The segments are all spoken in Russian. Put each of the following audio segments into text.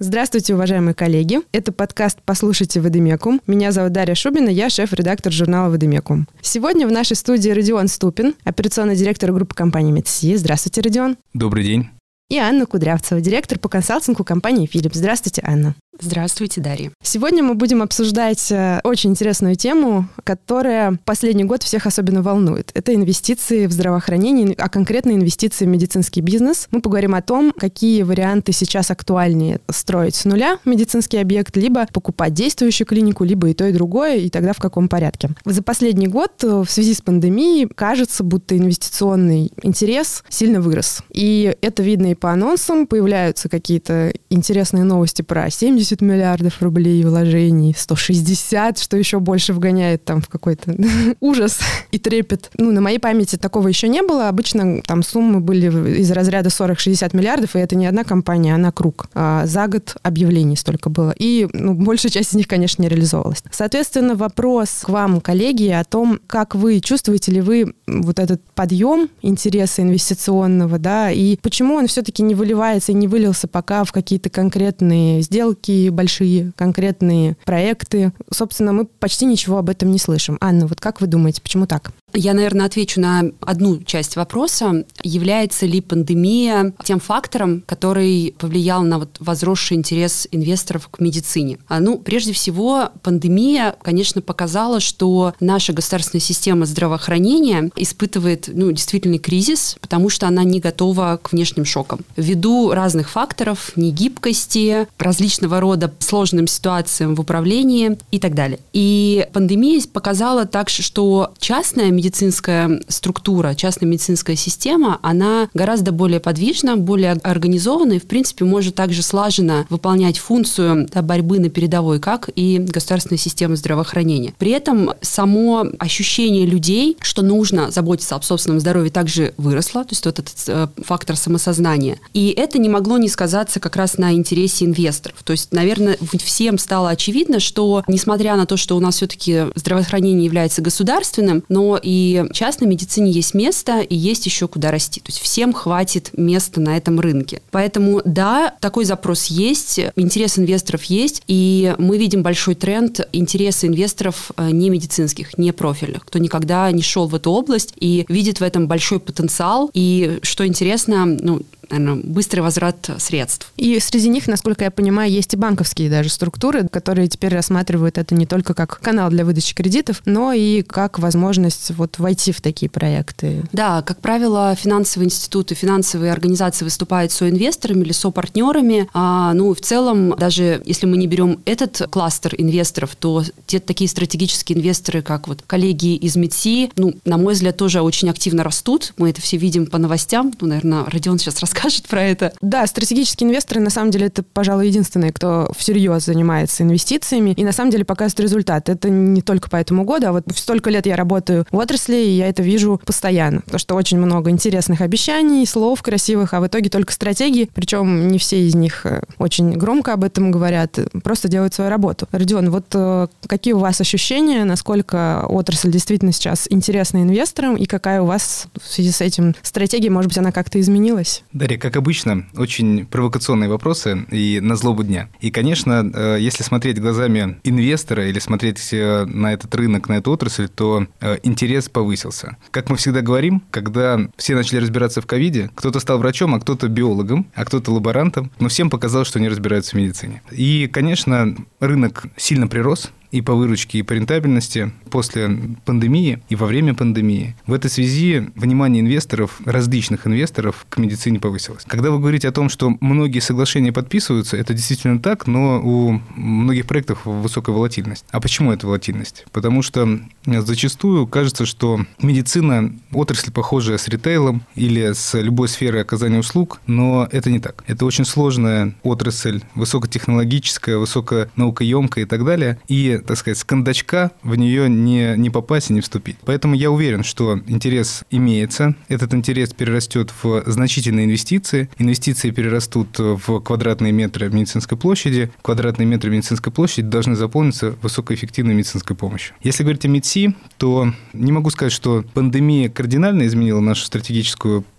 Здравствуйте, уважаемые коллеги. Это подкаст «Послушайте Водомекум». Меня зовут Дарья Шубина, я шеф-редактор журнала «Водомекум». Сегодня в нашей студии Родион Ступин, операционный директор группы компании «Медси». Здравствуйте, Родион. Добрый день. И Анна Кудрявцева, директор по консалтингу компании «Philips». Здравствуйте, Анна. Здравствуйте, Дарья. Сегодня мы будем обсуждать очень интересную тему, которая последний год всех особенно волнует. Это инвестиции в здравоохранение, а конкретно инвестиции в медицинский бизнес. Мы поговорим о том, какие варианты сейчас актуальнее: строить с нуля медицинский объект, либо покупать действующую клинику, либо и то, и другое, и тогда в каком порядке. За последний год в связи с пандемией кажется, будто инвестиционный интерес сильно вырос. И это видно и по анонсам. Появляются какие-то интересные новости про 70 миллиардов рублей вложений, 160, что еще больше вгоняет там в какой-то ужас и трепет. На моей памяти такого еще не было. Обычно там суммы были из разряда 40-60 миллиардов, и это не одна компания, а на круг. За год объявлений столько было. И большая часть из них, конечно, не реализовалась. Соответственно, вопрос к вам, коллеги, о том, как вы чувствуете ли вы вот этот подъем интереса инвестиционного, да, и почему он все-таки не выливается и не вылился пока в какие-то конкретные сделки, большие конкретные проекты. Собственно, мы почти ничего об этом не слышим. Анна, вот как вы думаете, почему так? Я, наверное, отвечу на одну часть вопроса. Является ли пандемия тем фактором, который повлиял на возросший интерес инвесторов к медицине? Прежде всего, пандемия, конечно, показала, что наша государственная система здравоохранения испытывает действительно кризис, потому что она не готова к внешним шокам. Ввиду разных факторов, негибкости, различного рода сложным ситуациям в управлении и так далее. И пандемия показала также, что частная медицинская структура, частная медицинская система, она гораздо более подвижна, более организована и, в принципе, может также слаженно выполнять функцию борьбы на передовой, как и государственная система здравоохранения. При этом само ощущение людей, что нужно заботиться о собственном здоровье, также выросло, то есть вот этот фактор самосознания. И это не могло не сказаться как раз на интересе инвесторов. То есть, наверное, всем стало очевидно, что, несмотря на то, что у нас все-таки здравоохранение является государственным, но и в частной медицине есть место, и есть еще куда расти. То есть всем хватит места на этом рынке. Поэтому, да, такой запрос есть, интерес инвесторов есть, и мы видим большой тренд интереса инвесторов не медицинских, не профильных, кто никогда не шел в эту область и видит в этом большой потенциал. И, что интересно, наверное, быстрый возврат средств. И среди них, насколько я понимаю, есть и банковские даже структуры, которые теперь рассматривают это не только как канал для выдачи кредитов, но и как возможность войти в такие проекты. Да, как правило, финансовые институты, финансовые организации выступают соинвесторами или сопартнерами. В целом, даже если мы не берем этот кластер инвесторов, то такие стратегические инвесторы, как коллеги из Медси, на мой взгляд, тоже очень активно растут. Мы это все видим по новостям. Наверное, Родион сейчас расскажет про это. Да, стратегические инвесторы, на самом деле, это, пожалуй, единственные, кто всерьез занимается инвестициями и, на самом деле, показывает результат. Это не только по этому году, а столько лет я работаю в отрасли, и я это вижу постоянно. Потому что очень много интересных обещаний, слов красивых, а в итоге только стратегии. Причем не все из них очень громко об этом говорят, просто делают свою работу. Родион, какие у вас ощущения, насколько отрасль действительно сейчас интересна инвесторам, и какая у вас в связи с этим стратегия, может быть, она как-то изменилась? Дарья, как обычно, очень провокационные вопросы и на злобу дня. И, конечно, если смотреть глазами инвестора или смотреть на этот рынок, на эту отрасль, то интерес повысился. Как мы всегда говорим, когда все начали разбираться в ковиде, кто-то стал врачом, а кто-то биологом, а кто-то лаборантом, но всем показалось, что они разбираются в медицине. И, конечно, рынок сильно прирос, и по выручке, и по рентабельности после пандемии и во время пандемии. В этой связи внимание инвесторов, различных инвесторов, к медицине повысилось. Когда вы говорите о том, что многие соглашения подписываются, это действительно так, но у многих проектов высокая волатильность. А почему эта волатильность? Потому что зачастую кажется, что медицина – отрасль, похожая с ритейлом или с любой сферой оказания услуг, но это не так. Это очень сложная отрасль, высокотехнологическая, высоконаукоемкая и так далее. И так сказать, с кондачка в нее не попасть и не вступить. Поэтому я уверен, что интерес имеется. Этот интерес перерастет в значительные инвестиции. Инвестиции перерастут в квадратные метры медицинской площади. Квадратные метры медицинской площади должны заполниться высокоэффективной медицинской помощью. Если говорить о Медси, то не могу сказать, что пандемия кардинально изменила нашу стратегическую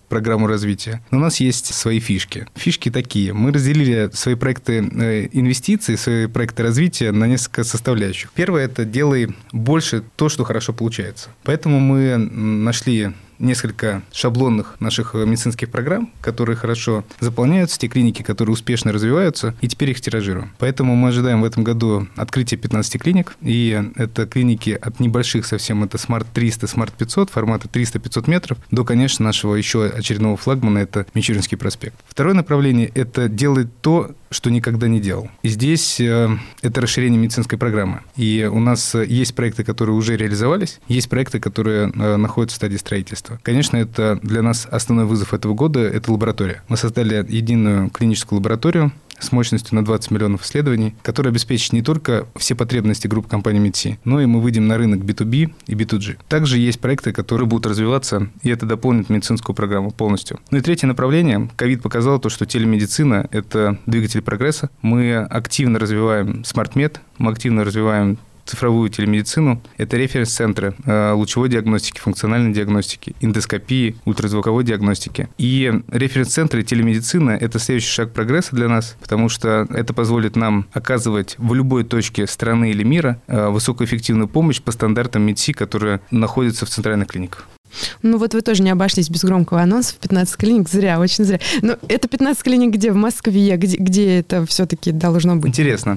программу развития, но у нас есть свои фишки. Фишки такие. Мы разделили свои проекты инвестиций, свои проекты развития на несколько составляющих. Первое – это делай больше то, что хорошо получается. Поэтому мы нашли несколько шаблонных наших медицинских программ, которые хорошо заполняются, те клиники, которые успешно развиваются, и теперь их тиражируем. Поэтому мы ожидаем в этом году открытия 15 клиник, и это клиники от небольших совсем, это Smart 300, Smart 500, формата 300-500 метров, до, конечно, нашего еще очередного флагмана, это Мичуринский проспект. Второе направление – это делать то, что никогда не делал. И здесь это расширение медицинской программы. И у нас есть проекты, которые уже реализовались, есть проекты, которые находятся в стадии строительства. Конечно, это для нас основной вызов этого года – это лаборатория. Мы создали единую клиническую лабораторию с мощностью на 20 миллионов исследований, которая обеспечит не только все потребности групп компаний МедСи, но и мы выйдем на рынок B2B и B2G. Также есть проекты, которые будут развиваться, и это дополнит медицинскую программу полностью. Ну и третье направление. ковид показал то, что телемедицина – это двигатель прогресса. Мы активно развиваем SmartMed, мы активно развиваем цифровую телемедицину. Это референс-центры лучевой диагностики, функциональной диагностики, эндоскопии, ультразвуковой диагностики. И референс-центры телемедицины – это следующий шаг прогресса для нас, потому что это позволит нам оказывать в любой точке страны или мира высокоэффективную помощь по стандартам МедСи, которые находятся в центральных клиниках. Ну вот вы тоже не обошлись без громкого анонса. 15 клиник, зря, очень зря. Но это 15 клиник где? В Москве? Где это все-таки должно быть? Интересно.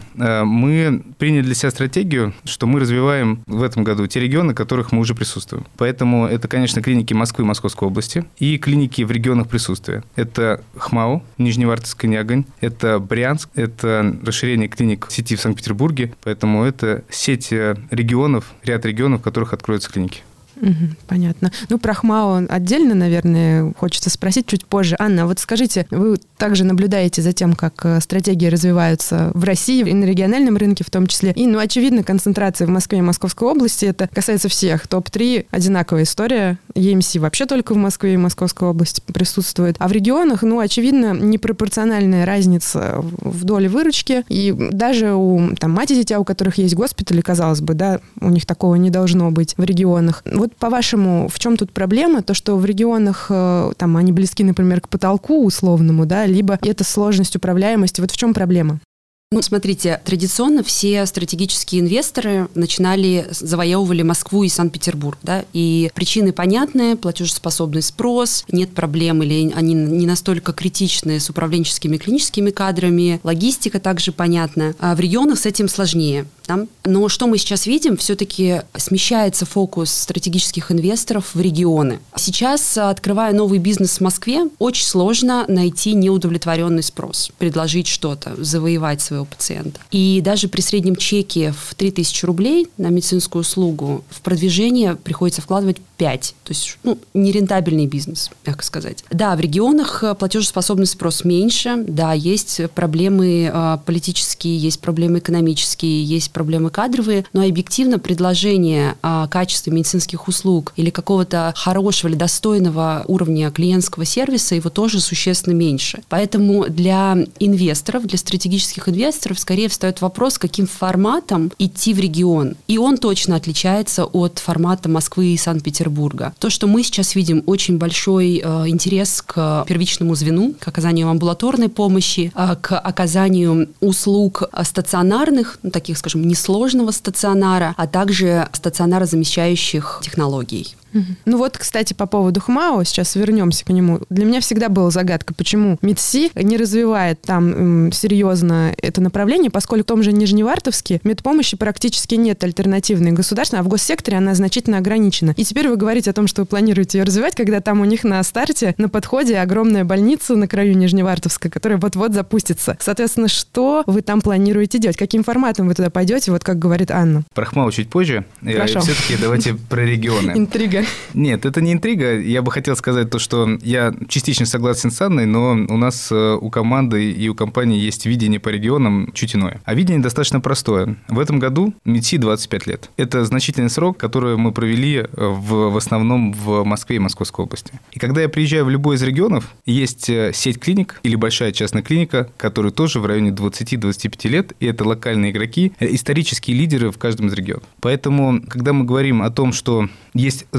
Мы приняли для себя стратегию, что мы развиваем в этом году те регионы, в которых мы уже присутствуем. Поэтому это, конечно, клиники Москвы и Московской области и клиники в регионах присутствия. Это ХМАО, Нижневартовск, Нягань, это Брянск, это расширение клиник сети в Санкт-Петербурге. Поэтому это сеть регионов, ряд регионов, в которых откроются клиники. Понятно. Ну, про ХМАО отдельно, наверное, хочется спросить чуть позже. Анна, вот скажите, вы также наблюдаете за тем, как стратегии развиваются в России и на региональном рынке в том числе. И, очевидно, концентрация в Москве и Московской области, это касается всех. Топ-3 одинаковая история. EMC вообще только в Москве и Московской области присутствует. А в регионах, очевидно, непропорциональная разница в доле выручки. И даже у мать и дитя, у которых есть госпитали, казалось бы, да, у них такого не должно быть в регионах. Вот по-вашему, в чем тут проблема? То, что в регионах они близки, например, к потолку условному, да, либо это сложность управляемости. Вот в чем проблема? Смотрите, традиционно все стратегические инвесторы завоевывали Москву и Санкт-Петербург, да, и причины понятны: платежеспособный спрос, нет проблем или они не настолько критичны с управленческими клиническими кадрами, логистика также понятна. А в регионах с этим сложнее. Да? Но что мы сейчас видим, все-таки смещается фокус стратегических инвесторов в регионы. Сейчас, открывая новый бизнес в Москве, очень сложно найти неудовлетворенный спрос, предложить что-то, завоевать своего пациента. И даже при среднем чеке в 3000 рублей на медицинскую услугу в продвижение приходится вкладывать 5. То есть нерентабельный бизнес, мягко сказать. Да, в регионах платежеспособный спрос меньше, да, есть проблемы политические, есть проблемы экономические, есть проблемы кадровые, но объективно предложение качества медицинских услуг или какого-то хорошего или достойного уровня клиентского сервиса его тоже существенно меньше. Поэтому для инвесторов, для стратегических инвесторов скорее встает вопрос, каким форматом идти в регион. И он точно отличается от формата Москвы и Санкт-Петербурга. То, что мы сейчас видим, очень большой интерес к первичному звену, к оказанию амбулаторной помощи, к оказанию услуг стационарных, таких, скажем, несложного стационара, а также стационара замещающих технологий. Ну вот, кстати, по поводу ХМАО, сейчас вернемся к нему. Для меня всегда была загадка, почему МедСи не развивает там серьезно это направление, поскольку в том же Нижневартовске медпомощи практически нет альтернативной государственной, а в госсекторе она значительно ограничена. И теперь вы говорите о том, что вы планируете ее развивать, когда там у них на старте, на подходе огромная больница на краю Нижневартовска, которая вот-вот запустится. Соответственно, что вы там планируете делать? Каким форматом вы туда пойдете, вот как говорит Анна? Про ХМАО чуть позже. Хорошо. Все-таки давайте про регионы. Интрига. Нет, это не интрига. Я бы хотел сказать то, что я частично согласен с Анной, но у нас у команды и у компании есть видение по регионам чуть иное. А видение достаточно простое. В этом году МедСи 25 лет. Это значительный срок, который мы провели в основном в Москве и Московской области. И когда я приезжаю в любой из регионов, есть сеть клиник или большая частная клиника, которая тоже в районе 20-25 лет, и это локальные игроки, исторические лидеры в каждом из регионов. Поэтому, когда мы говорим о том, что есть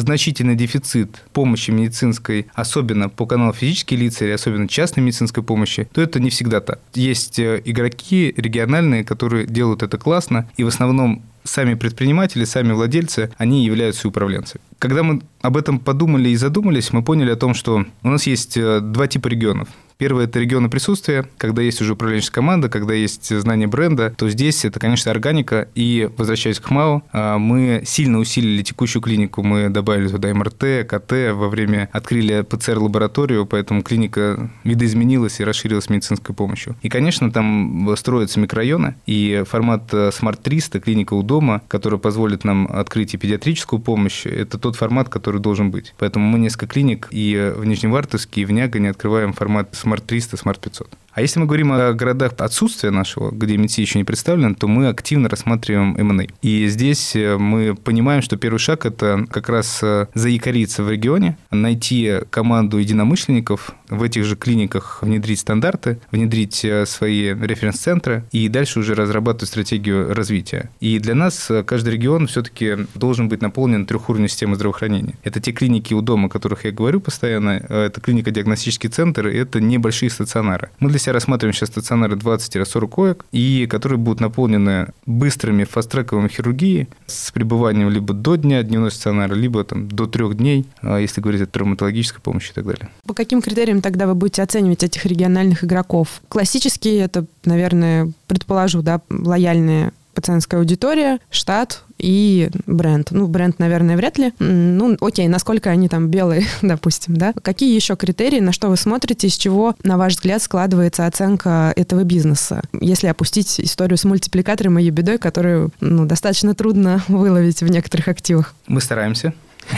значительный дефицит помощи медицинской, особенно по каналу физические лица или особенно частной медицинской помощи, то это не всегда так. Есть игроки региональные, которые делают это классно, и в основном сами предприниматели, сами владельцы, они являются управленцами. Когда мы об этом подумали и задумались, мы поняли о том, что у нас есть два типа регионов. Первый – это регионы присутствия, когда есть уже управленческая команда, когда есть знание бренда, то здесь это, конечно, органика. И, возвращаясь к МАУ, мы сильно усилили текущую клинику, мы добавили туда МРТ, КТ, во время открыли ПЦР-лабораторию, поэтому клиника видоизменилась и расширилась медицинской помощью. И, конечно, там строятся микрорайоны, и формат Smart 300, клиника у дома, который позволит нам открыть и педиатрическую помощь, это тот формат, который должен быть. Поэтому мы несколько клиник и в Нижневартовске, и в Нягане открываем формат Smart 300, Smart 500. А если мы говорим о городах отсутствия нашего, где МИДСИ еще не представлен, то мы активно рассматриваем M&A. И здесь мы понимаем, что первый шаг – это как раз заякориться в регионе, найти команду единомышленников, в этих же клиниках внедрить стандарты, внедрить свои референс-центры и дальше уже разрабатывать стратегию развития. И для нас каждый регион все-таки должен быть наполнен трехуровневой системой здравоохранения. Это те клиники у дома, о которых я говорю постоянно, это клинико-диагностический центр, и это небольшие стационары. Мы для себя рассматриваем сейчас стационары 20-40 коек, и которые будут наполнены быстрыми фаст-трековыми хирургией с пребыванием либо до дня дневной стационара, либо там, до 3 дней, если говорить о травматологической помощи и так далее. По каким критериям тогда вы будете оценивать этих региональных игроков? Классические, это, наверное, предположу, да, лояльная пациентская аудитория, штат и бренд. Ну, бренд, наверное, вряд ли. Ну, окей, насколько они там белые, допустим, да? Какие еще критерии, на что вы смотрите, из чего, на ваш взгляд, складывается оценка этого бизнеса? Если опустить историю с мультипликатором и ебедой, которую, достаточно трудно выловить в некоторых активах. Мы стараемся,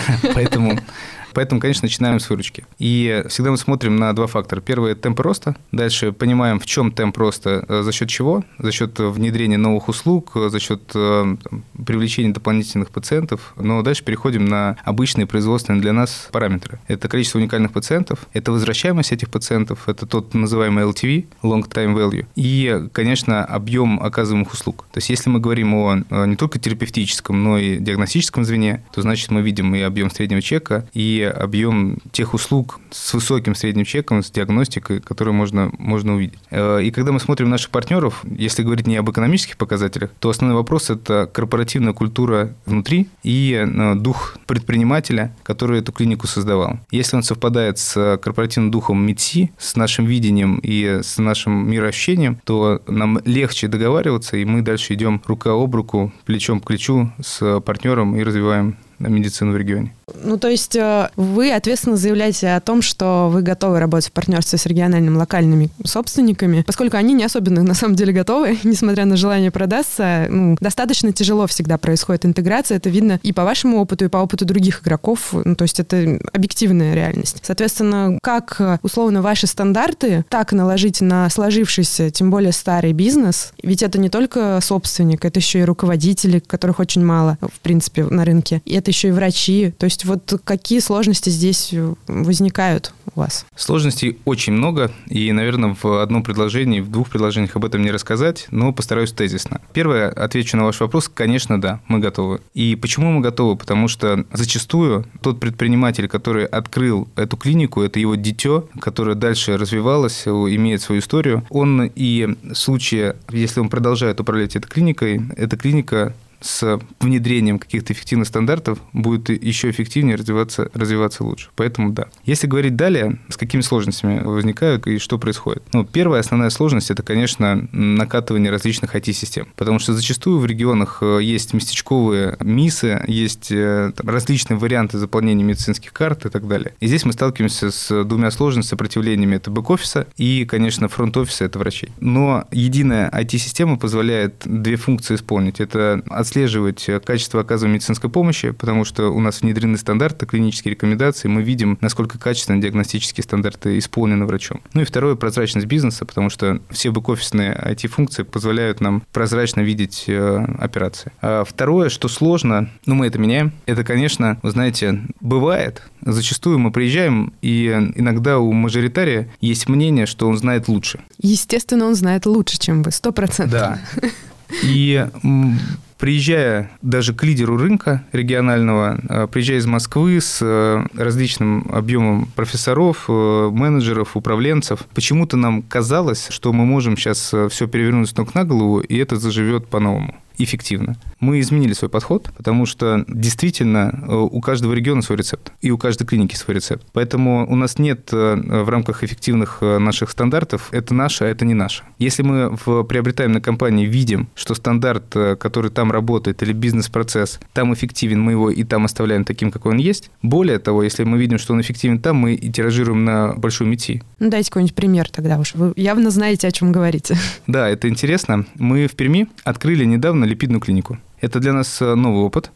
Поэтому, конечно, начинаем с выручки. И всегда мы смотрим на два фактора. Первый – это темп роста. Дальше понимаем, в чем темп роста, за счет чего. За счет внедрения новых услуг, за счет привлечения дополнительных пациентов. Но дальше переходим на обычные производственные для нас параметры. Это количество уникальных пациентов, это возвращаемость этих пациентов, это тот называемый LTV, Long Time Value. И, конечно, объем оказываемых услуг. То есть, если мы говорим о не только терапевтическом, но и диагностическом звене, то, значит, мы видим и объем среднего чека, и объем тех услуг с высоким средним чеком, с диагностикой, которые можно увидеть. И когда мы смотрим наших партнеров, если говорить не об экономических показателях, то основной вопрос – это корпоративная культура внутри и дух предпринимателя, который эту клинику создавал. Если он совпадает с корпоративным духом МИДСИ, с нашим видением и с нашим мироощущением, то нам легче договариваться, и мы дальше идем рука об руку, плечом к плечу с партнером и развиваем медицину в регионе. То есть вы ответственно заявляете о том, что вы готовы работать в партнерстве с региональными, локальными собственниками, поскольку они не особенно, на самом деле, готовы, несмотря на желание продаться. Достаточно тяжело всегда происходит интеграция, это видно и по вашему опыту, и по опыту других игроков, то есть это объективная реальность. Соответственно, как, условно, ваши стандарты так наложить на сложившийся, тем более старый бизнес, ведь это не только собственник, это еще и руководители, которых очень мало, в принципе, на рынке, и это еще и врачи, то есть вот какие сложности здесь возникают у вас? Сложностей очень много, и, наверное, в одном предложении, в двух предложениях об этом не рассказать, но постараюсь тезисно. Первое, отвечу на ваш вопрос, конечно, да, мы готовы. И почему мы готовы? Потому что зачастую тот предприниматель, который открыл эту клинику, это его дитё, которое дальше развивалось, имеет свою историю, он и в случае, если он продолжает управлять этой клиникой, эта клиника с внедрением каких-то эффективных стандартов будет еще эффективнее развиваться лучше. Поэтому да. Если говорить далее, с какими сложностями возникают и что происходит? Первая основная сложность – это, конечно, накатывание различных IT-систем. Потому что зачастую в регионах есть местечковые МИСы, есть различные варианты заполнения медицинских карт и так далее. И здесь мы сталкиваемся с двумя сложностями, сопротивлениями. Это бэк-офиса и, конечно, фронт-офиса – это врачей. Но единая IT-система позволяет две функции исполнить. Это отслеживать качество оказываемой медицинской помощи, потому что у нас внедрены стандарты, клинические рекомендации, мы видим, насколько качественно диагностические стандарты исполнены врачом. И второе – прозрачность бизнеса, потому что все бэк-офисные IT-функции позволяют нам прозрачно видеть операции. А второе, что сложно, мы это меняем, это, конечно, вы знаете, бывает, зачастую мы приезжаем, и иногда у мажоритария есть мнение, что он знает лучше. Естественно, он знает лучше, чем вы, 100%. Да. И приезжая даже к лидеру рынка регионального, приезжая из Москвы с различным объемом профессоров, менеджеров, управленцев, почему-то нам казалось, что мы можем сейчас все перевернуть с ног на голову, и это заживет по-новому. Эффективно. Мы изменили свой подход, потому что действительно у каждого региона свой рецепт, и у каждой клиники свой рецепт. Поэтому у нас нет в рамках эффективных наших стандартов это наше, а это не наше. Если мы в приобретаемой компании видим, что стандарт, который там работает, или бизнес-процесс, там эффективен, мы его и там оставляем таким, какой он есть. Более того, если мы видим, что он эффективен там, мы и тиражируем на большую МИТИ. Ну, дайте какой-нибудь пример тогда уж. Вы явно знаете, о чем говорите. Да, это интересно. Мы в Перми открыли недавно липидную клинику. Это для нас новый опыт.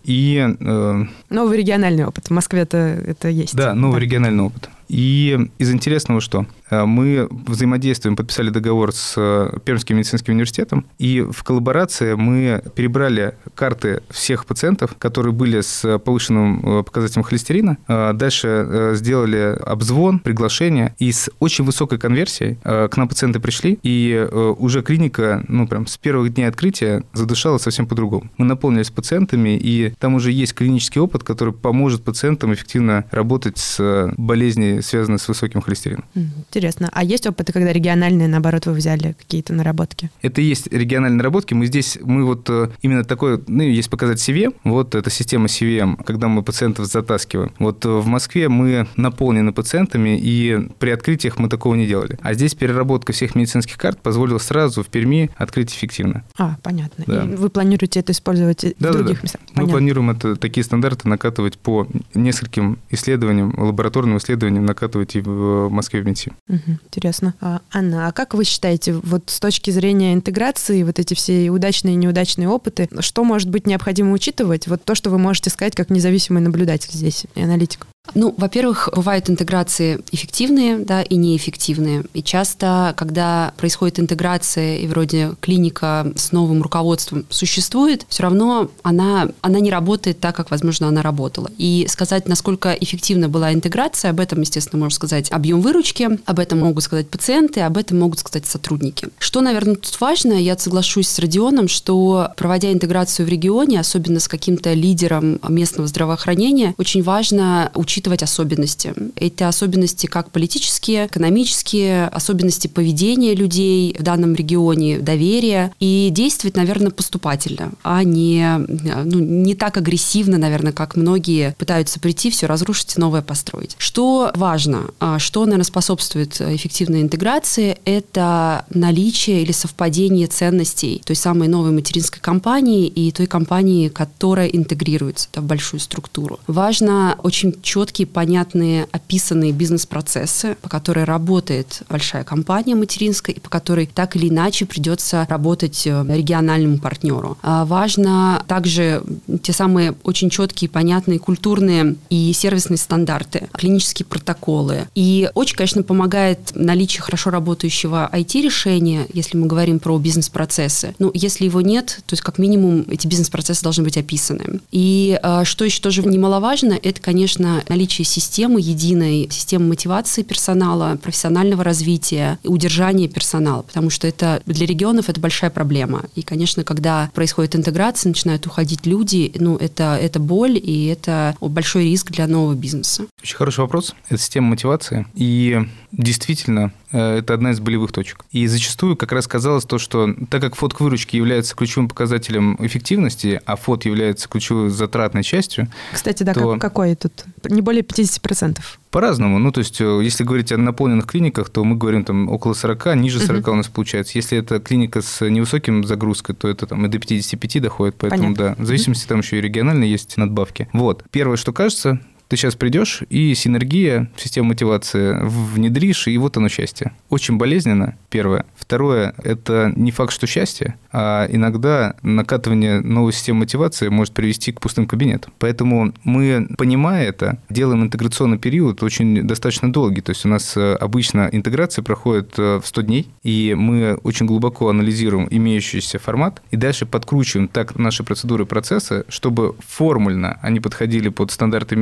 Новый региональный опыт. В Москве это есть. Да, новый региональный опыт. И из интересного что? Мы взаимодействуем, подписали договор с Пермским медицинским университетом, и в коллаборации мы перебрали карты всех пациентов, которые были с повышенным показателем холестерина. Дальше сделали обзвон, приглашение, и с очень высокой конверсией к нам пациенты пришли, и уже клиника, прям с первых дней открытия задышала совсем по-другому. Мы наполнились пациентами, и там уже есть клинический опыт, который поможет пациентам эффективно работать с болезнью, связанной с высоким холестерином. Интересно. А есть опыты, когда региональные, наоборот, вы взяли какие-то наработки? Это и есть региональные наработки. Мы вот именно такой, есть показатель CVM, вот это система CVM, когда мы пациентов затаскиваем. Вот в Москве мы наполнены пациентами, и при открытиях мы такого не делали. А здесь переработка всех медицинских карт позволила сразу в Перми открыть эффективно. Понятно. Да. И вы планируете это использовать в других местах? Мы планируем такие стандарты накатывать по нескольким исследованиям, лабораторным исследованиям накатывать и в Москве в МИТИ. Интересно. Анна, а как вы считаете, вот с точки зрения интеграции, вот эти все удачные и неудачные опыты, что может быть необходимо учитывать? Вот то, что вы можете сказать как независимый наблюдатель здесь и аналитик. Во-первых, бывают интеграции эффективные, и неэффективные. И часто, когда происходит интеграция, и вроде клиника с новым руководством существует, все равно она не работает так, как, возможно, она работала. И сказать, насколько эффективна была интеграция, об этом, естественно, может сказать объем выручки, об этом могут сказать пациенты, об этом могут сказать сотрудники. Что, наверное, тут важно, я соглашусь с Родионом, что, проводя интеграцию в регионе, особенно с каким-то лидером местного здравоохранения, очень важно учитывать особенности. Эти особенности как политические, экономические, особенности поведения людей в данном регионе, доверия, и действовать, наверное, поступательно, а не так агрессивно, наверное, как многие пытаются прийти, все разрушить и новое построить. Что важно, что, наверное, способствует эффективной интеграции, это наличие или совпадение ценностей той самой новой материнской компании и той компании, которая интегрируется в большую структуру. Важно очень четкие, понятные, описанные бизнес-процессы, по которой работает большая компания материнская и по которой так или иначе придется работать региональному партнеру. Важно также те самые очень четкие, понятные культурные и сервисные стандарты, клинические протоколы. И очень, конечно, помогает наличие хорошо работающего IT-решения, если мы говорим про бизнес-процессы. Если его нет, то есть как минимум эти бизнес-процессы должны быть описаны. И что еще тоже немаловажно, это, конечно, наличие системы единой, системы мотивации персонала, профессионального развития и удержания персонала, потому что это для регионов это большая проблема. И, конечно, когда происходит интеграция, начинают уходить люди, это боль, и это большой риск для нового бизнеса. Очень хороший вопрос. Это система мотивации. И действительно, это одна из болевых точек. И зачастую как раз казалось то, что так как фот к выручке является ключевым показателем эффективности, а фот является ключевой затратной частью. Кстати, да, то... какой тут? Не более 50%. По-разному. То есть, если говорить о наполненных клиниках, то мы говорим там около 40, ниже 40 у нас получается. Если это клиника с невысоким загрузкой, то это там и до 55 доходит. Поэтому, да, в зависимости там еще и регионально есть надбавки. Первое, что кажется, ты сейчас придешь, и синергия, система мотивации внедришь, и вот оно счастье. Очень болезненно, первое. Второе, это не факт, что счастье, а иногда накатывание новой системы мотивации может привести к пустым кабинетам. Поэтому мы, понимая это, делаем интеграционный период очень достаточно долгий. То есть у нас обычно интеграция проходит в 100 дней, и мы очень глубоко анализируем имеющийся формат, и дальше подкручиваем так наши процедуры и процессы, чтобы формульно они подходили под стандарты МИТИ,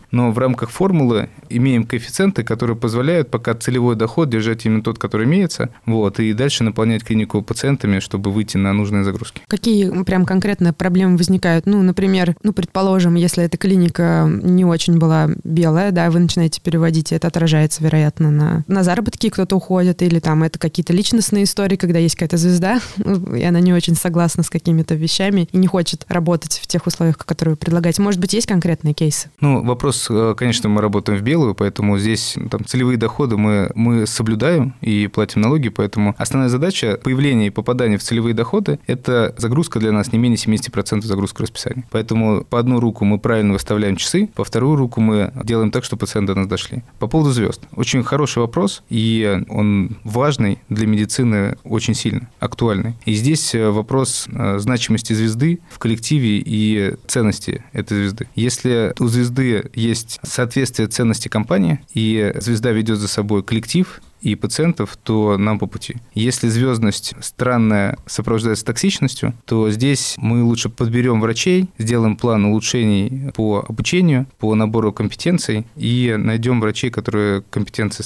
но в рамках формулы имеем коэффициенты, которые позволяют пока целевой доход держать именно тот, который имеется, и дальше наполнять клинику пациентами, чтобы выйти на нужные загрузки. Какие прям конкретно проблемы возникают? Например, предположим, если эта клиника не очень была белая, да, вы начинаете переводить, и это отражается, вероятно, на заработки, кто-то уходит, или там это какие-то личностные истории, когда есть какая-то звезда, и она не очень согласна с какими-то вещами и не хочет работать в тех условиях, которые вы предлагаете. Может быть, есть конкретные кейсы? Вопрос, конечно, мы работаем в белую, поэтому здесь целевые доходы мы соблюдаем и платим налоги, поэтому основная задача появления и попадания в целевые доходы – это загрузка для нас не менее 70% загрузки расписания. Поэтому по одну руку мы правильно выставляем часы, по вторую руку мы делаем так, чтобы пациенты до нас дошли. По поводу звезд. Очень хороший вопрос, и он важный для медицины очень сильно, актуальный. И здесь вопрос значимости звезды в коллективе и ценности этой звезды. Если у звезды есть соответствие ценности компании, и звезда ведет за собой коллектив и пациентов, то нам по пути. Если звездность странная сопровождается токсичностью, то здесь мы лучше подберем врачей, сделаем план улучшений по обучению, по набору компетенций и найдем врачей, которые компетенции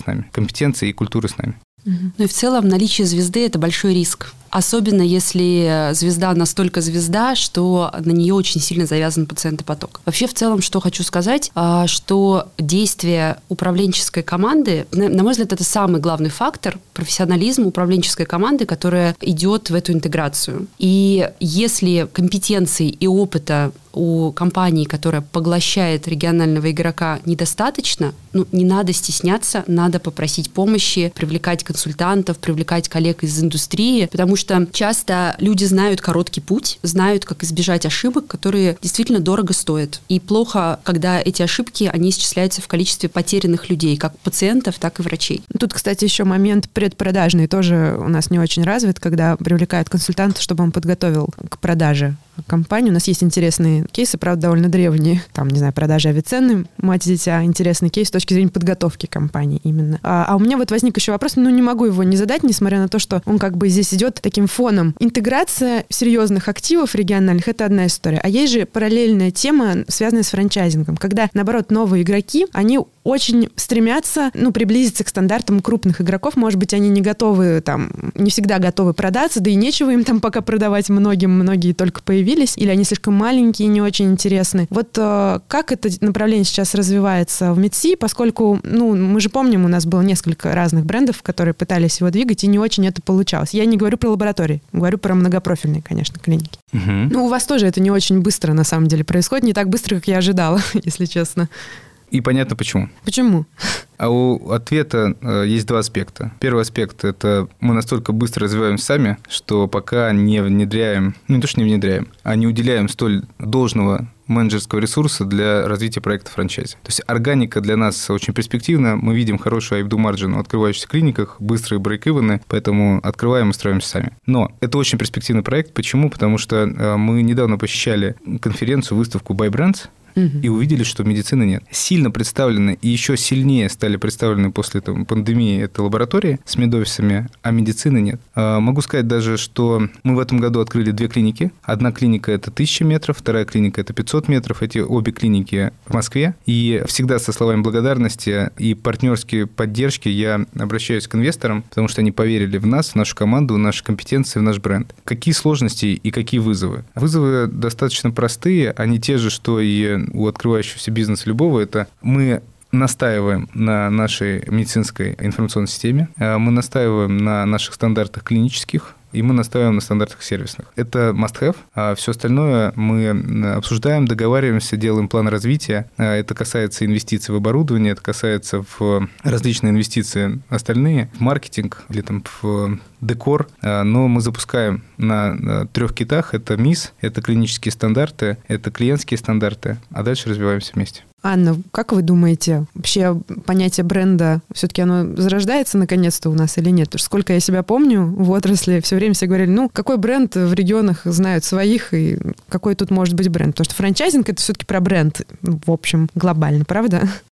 и культуры с нами. И в целом наличие звезды – это большой риск. Особенно если звезда настолько звезда, что на нее очень сильно завязан пациентопоток. Вообще, в целом, что хочу сказать, что действие управленческой команды, на мой взгляд, это самый главный фактор профессионализма управленческой команды, которая идет в эту интеграцию. И если компетенций и опыта у компании, которая поглощает регионального игрока, недостаточно, не надо стесняться, надо попросить помощи, привлекать консультантов, привлекать коллег из индустрии, потому что часто люди знают короткий путь, знают, как избежать ошибок, которые действительно дорого стоят. И плохо, когда эти ошибки, они исчисляются в количестве потерянных людей, как пациентов, так и врачей. Тут, кстати, еще момент предпродажный тоже у нас не очень развит, когда привлекают консультанта, чтобы он подготовил к продаже компанию. У нас есть интересные кейсы, правда, довольно древние. Там, не знаю, продажи Авиценны, мать и дитя. Интересный кейс с точки зрения подготовки компании именно. А у меня возник еще вопрос, не могу его не задать, несмотря на то, что он здесь идет таким фоном. Интеграция серьезных активов региональных – это одна история. А есть же параллельная тема, связанная с франчайзингом, когда, наоборот, новые игроки, они очень стремятся, приблизиться к стандартам крупных игроков. Может быть, они не готовы, не всегда готовы продаться, да и нечего им пока продавать многие только появились, или они слишком маленькие, не очень интересны. Как это направление сейчас развивается в МедСи, поскольку, мы же помним, у нас было несколько разных брендов, которые пытались его двигать, и не очень это получалось. Я не говорю про лаборатории, говорю про многопрофильные, конечно, клиники. Угу. У вас тоже это не очень быстро, на самом деле, происходит, не так быстро, как я ожидала, если честно. И понятно почему. Почему? А у ответа есть два аспекта. Первый аспект – это мы настолько быстро развиваемся сами, что пока не внедряем, не то что не внедряем, а не уделяем столь должного менеджерского ресурса для развития проекта франчайзи. То есть органика для нас очень перспективна. Мы видим хорошую IBD маржин в открывающихся клиниках, быстрые брейк-ивены, поэтому открываем и строимся сами. Но это очень перспективный проект. Почему? Потому что мы недавно посещали конференцию, выставку By Brands, и увидели, что медицины нет. Сильно представлены и еще сильнее стали представлены после пандемии это лаборатории с медофисами, а медицины нет. Могу сказать даже, что мы в этом году открыли 2 клиники. Одна клиника – это 1000 метров, вторая клиника – это 500 метров. Эти обе клиники в Москве. И всегда со словами благодарности и партнерской поддержки я обращаюсь к инвесторам, потому что они поверили в нас, в нашу команду, в наши компетенции, в наш бренд. Какие сложности и какие вызовы? Вызовы достаточно простые, они те же, что и у открывающегося бизнеса любого, это мы настаиваем на нашей медицинской информационной системе, мы настаиваем на наших стандартах клинических, и мы настаиваем на стандартах сервисных. Это must-have, а все остальное мы обсуждаем, договариваемся, делаем план развития. Это касается инвестиций в оборудование, это касается в различные инвестиции остальные, в маркетинг или в декор. Но мы запускаем на 3 китах. Это МИС, это клинические стандарты, это клиентские стандарты, а дальше развиваемся вместе. Анна, как вы думаете, вообще понятие бренда, все-таки оно зарождается наконец-то у нас или нет? Потому что сколько я себя помню в отрасли, все время все говорили, какой бренд в регионах знают своих, и какой тут может быть бренд? Потому что франчайзинг – это все-таки про бренд, в общем, глобально, правда?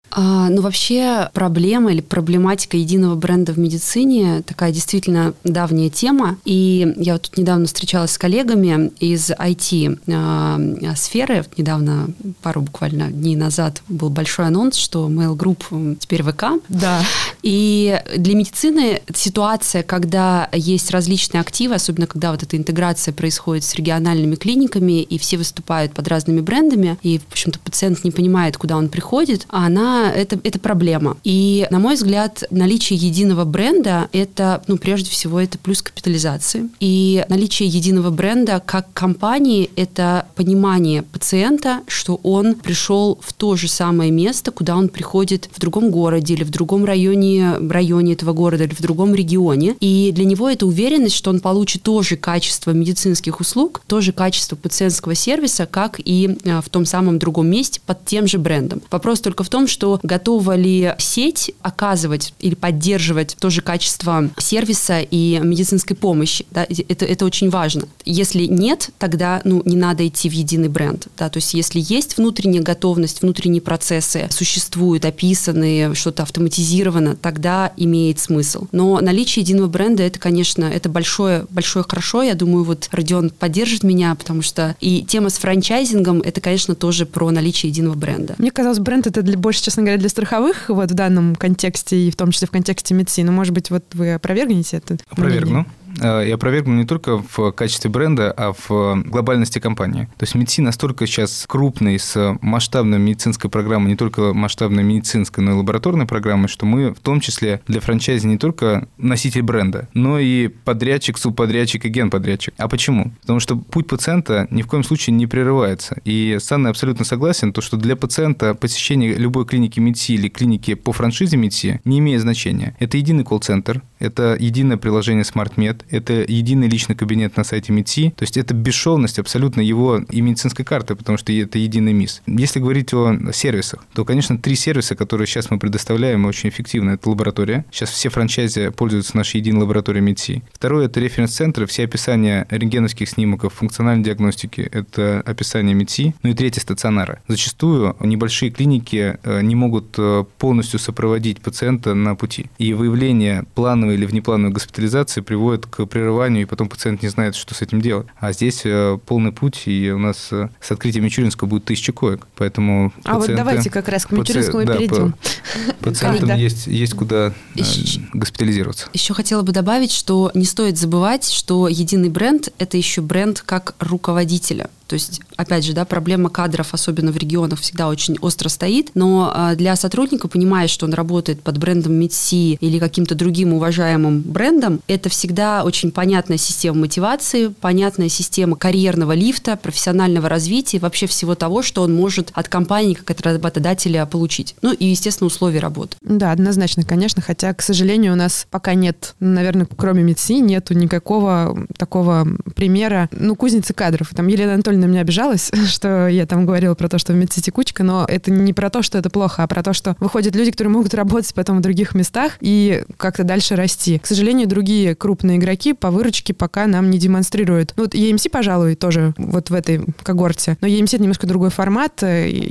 Вообще проблема или проблематика единого бренда в медицине такая действительно давняя тема. И я вот тут недавно встречалась с коллегами из IT-сферы. Недавно, пару буквально дней назад, был большой анонс, что Mail Group теперь ВК. Да. И для медицины ситуация, когда есть различные активы, особенно когда вот эта интеграция происходит с региональными клиниками, и все выступают под разными брендами, и, в общем-то, пациент не понимает, куда он приходит, это проблема. И, на мой взгляд, наличие единого бренда – это, прежде всего, это плюс капитализации. И наличие единого бренда как компании – это понимание пациента, что он пришел в то же самое место, куда он приходит в другом городе или в другом районе этого города или в другом регионе. И для него это уверенность, что он получит то же качество медицинских услуг, то же качество пациентского сервиса, как и в том самом другом месте под тем же брендом. Вопрос только в том, что готова ли сеть оказывать или поддерживать то же качество сервиса и медицинской помощи. Да? Это очень важно. Если нет, тогда не надо идти в единый бренд. Да? То есть если есть внутренняя готовность, внутренние процессы существуют, описаны, что-то автоматизировано, тогда имеет смысл. Но наличие единого бренда, это, конечно, это большое хорошо. Я думаю, вот Родион поддержит меня, потому что и тема с франчайзингом, это, конечно, тоже про наличие единого бренда. Мне казалось, бренд это больше, честно говоря, для страховых вот в данном контексте, и в том числе в контексте медицины. Может быть, вот вы опровергнете это? Опровергну. И опровергну не только в качестве бренда, а в глобальности компании. То есть МИДСИ настолько сейчас крупный, с масштабной медицинской программой, не только масштабной медицинской, но и лабораторной программой, что мы в том числе для франчайзи не только носитель бренда, но и подрядчик, субподрядчик и генподрядчик. А почему? Потому что путь пациента ни в коем случае не прерывается. И с Анной абсолютно согласен, то, что для пациента посещение любой клиники МИДСИ или клиники по франшизе МИДСИ не имеет значения. Это единый колл-центр, это единое приложение SmartMed, это единый личный кабинет на сайте МИДСИ, то есть это бесшовность абсолютно его и медицинской карты, потому что это единый МИС. Если говорить о сервисах, то, конечно, 3 сервиса, которые сейчас мы предоставляем, очень эффективно. Это лаборатория. Сейчас все франчайзи пользуются нашей единой лабораторией МИДСИ. Второе – это референс-центры, все описания рентгеновских снимков, функциональной диагностики – это описание МИДСИ. Ну и третье – стационары. Зачастую небольшие клиники не могут полностью сопроводить пациента на пути. И выявление плановой или внеплановой госпитализации приводит к прерыванию, и потом пациент не знает, что с этим делать. А здесь полный путь, и у нас с открытием Мичуринского будет 1000 коек. Поэтому вот давайте как раз к Мичуринскому перейдем. Пациентам есть куда госпитализироваться. Еще хотела бы добавить, что не стоит забывать, что единый бренд – это еще бренд как руководителя. То есть, опять же, проблема кадров, особенно в регионах, всегда очень остро стоит, но для сотрудника, понимая, что он работает под брендом МИДСИ или каким-то другим уважаемым брендом, это всегда очень понятная система мотивации, понятная система карьерного лифта, профессионального развития, вообще всего того, что он может от компании, как от работодателя, получить. Ну и, естественно, условия работы. Да, однозначно, конечно, хотя, к сожалению, у нас пока нет, наверное, кроме МИДСИ, нету никакого такого примера, кузницы кадров. Там Елена Анатольевна на меня обижалась, что я там говорила про то, что в медицине текучка, но это не про то, что это плохо, а про то, что выходят люди, которые могут работать потом в других местах и как-то дальше расти. К сожалению, другие крупные игроки по выручке пока нам не демонстрируют. Вот EMC, пожалуй, тоже вот в этой когорте, но EMC — это немножко другой формат.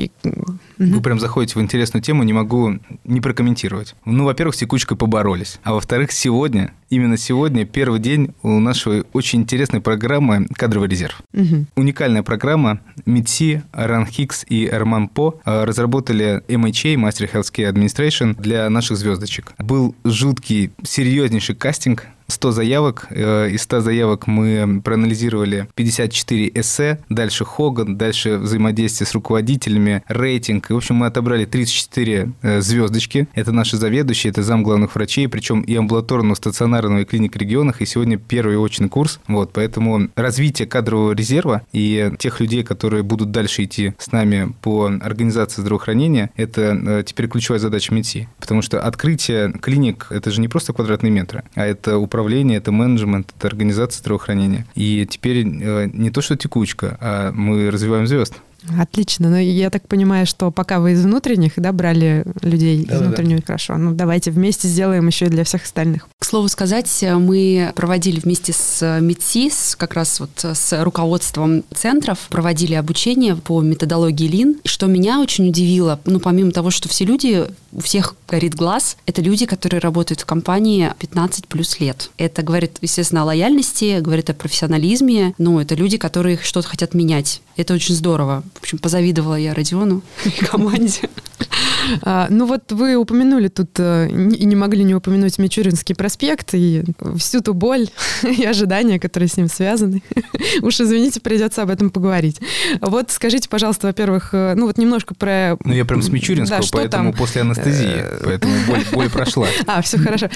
Вы прям заходите в интересную тему, не могу не прокомментировать. Во-первых, с текучкой поборолись. А во-вторых, именно сегодня, первый день у нашей очень интересной программы «Кадровый резерв». Уникальная программа. МИДСИ, РАНХИКС и РМАНПО разработали MHA, Master Healthcare Administration, для наших звездочек. Был жуткий, серьезнейший кастинг. 100 заявок. Из 100 заявок мы проанализировали 54 эссе, дальше Хоган, дальше взаимодействие с руководителями, рейтинг. И, в общем, мы отобрали 34 звездочки. Это наши заведующие, это замглавных врачей, причем и амбулаторного, стационарного, и клиник в регионах. И сегодня первый очный курс. Поэтому развитие кадрового резерва и тех людей, которые будут дальше идти с нами по организации здравоохранения, это теперь ключевая задача МИДСИ. Потому что открытие клиник – это же не просто квадратные метры, а это управление, это менеджмент, это организация здравоохранения. И теперь не то, что текучка, а мы развиваем звезд. Отлично. Но я так понимаю, что пока вы из внутренних, да, брали людей из внутреннего, хорошо. Ну, давайте вместе сделаем еще и для всех остальных. К слову сказать, мы проводили вместе с МИДСИ, как раз вот с руководством центров, проводили обучение по методологии Lean. И что меня очень удивило, помимо того, что все люди, у всех горит глаз, это люди, которые работают в компании 15 плюс лет. Это говорит, естественно, о лояльности, говорит о профессионализме, но это люди, которые что-то хотят менять. Это очень здорово. В общем, позавидовала я Родиону и команде. Вот вы упомянули тут, и не могли не упомянуть Мичуринский проспект и всю ту боль и ожидания, которые с ним связаны. Уж извините, придется об этом поговорить. Вот скажите, пожалуйста, во-первых, немножко про... Я прям с Мичуринского, поэтому после анестезии, поэтому боль прошла. Все хорошо.